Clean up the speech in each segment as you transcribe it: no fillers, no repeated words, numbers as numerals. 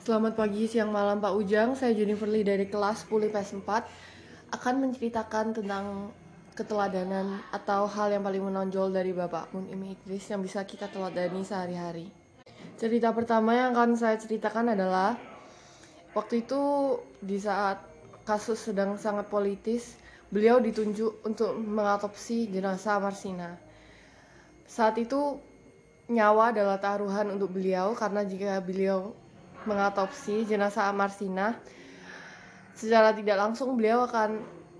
Selamat pagi, siang, malam Pak Ujang. Saya Jennifer Lee dari kelas 10 IPS 4 akan menceritakan tentang keteladanan atau hal yang paling menonjol dari Bapak Mun'imi Idris yang bisa kita teladani sehari-hari. Cerita pertama yang akan saya ceritakan adalah waktu itu di saat kasus sedang sangat politis, beliau ditunjuk untuk mengatopsi jenazah Marsina. Saat itu nyawa adalah taruhan untuk beliau karena jika beliau mengatopsi jenazah Marsina, secara tidak langsung beliau akan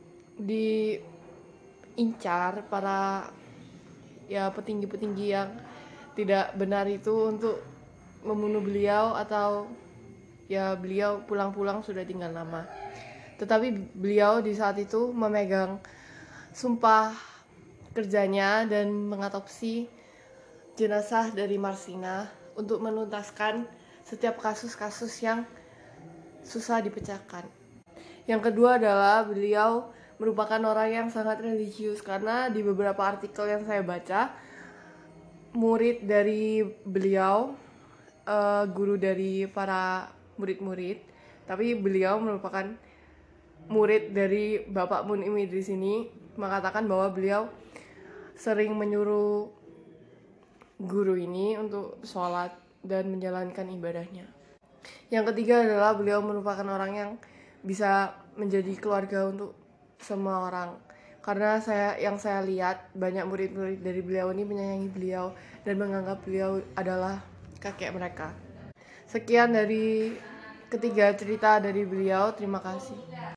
diincar para petinggi-petinggi yang tidak benar itu untuk membunuh beliau, atau beliau pulang-pulang sudah tinggal nama. Tetapi beliau di saat itu memegang sumpah kerjanya dan mengatopsi jenazah dari Marsina untuk menuntaskan setiap kasus-kasus yang susah dipecahkan. Yang kedua adalah beliau merupakan orang yang sangat religius, karena di beberapa artikel yang saya baca, murid dari beliau, guru dari para murid-murid, tapi beliau merupakan murid dari Bapak Mun'imi Idris ini, mengatakan bahwa beliau sering menyuruh guru ini untuk sholat dan menjalankan ibadahnya. Yang ketiga adalah beliau merupakan orang yang bisa menjadi keluarga untuk semua orang, karena yang saya lihat banyak murid-murid dari beliau ini menyayangi beliau dan menganggap beliau adalah kakek mereka. Sekian dari ketiga cerita dari beliau. Terima kasih.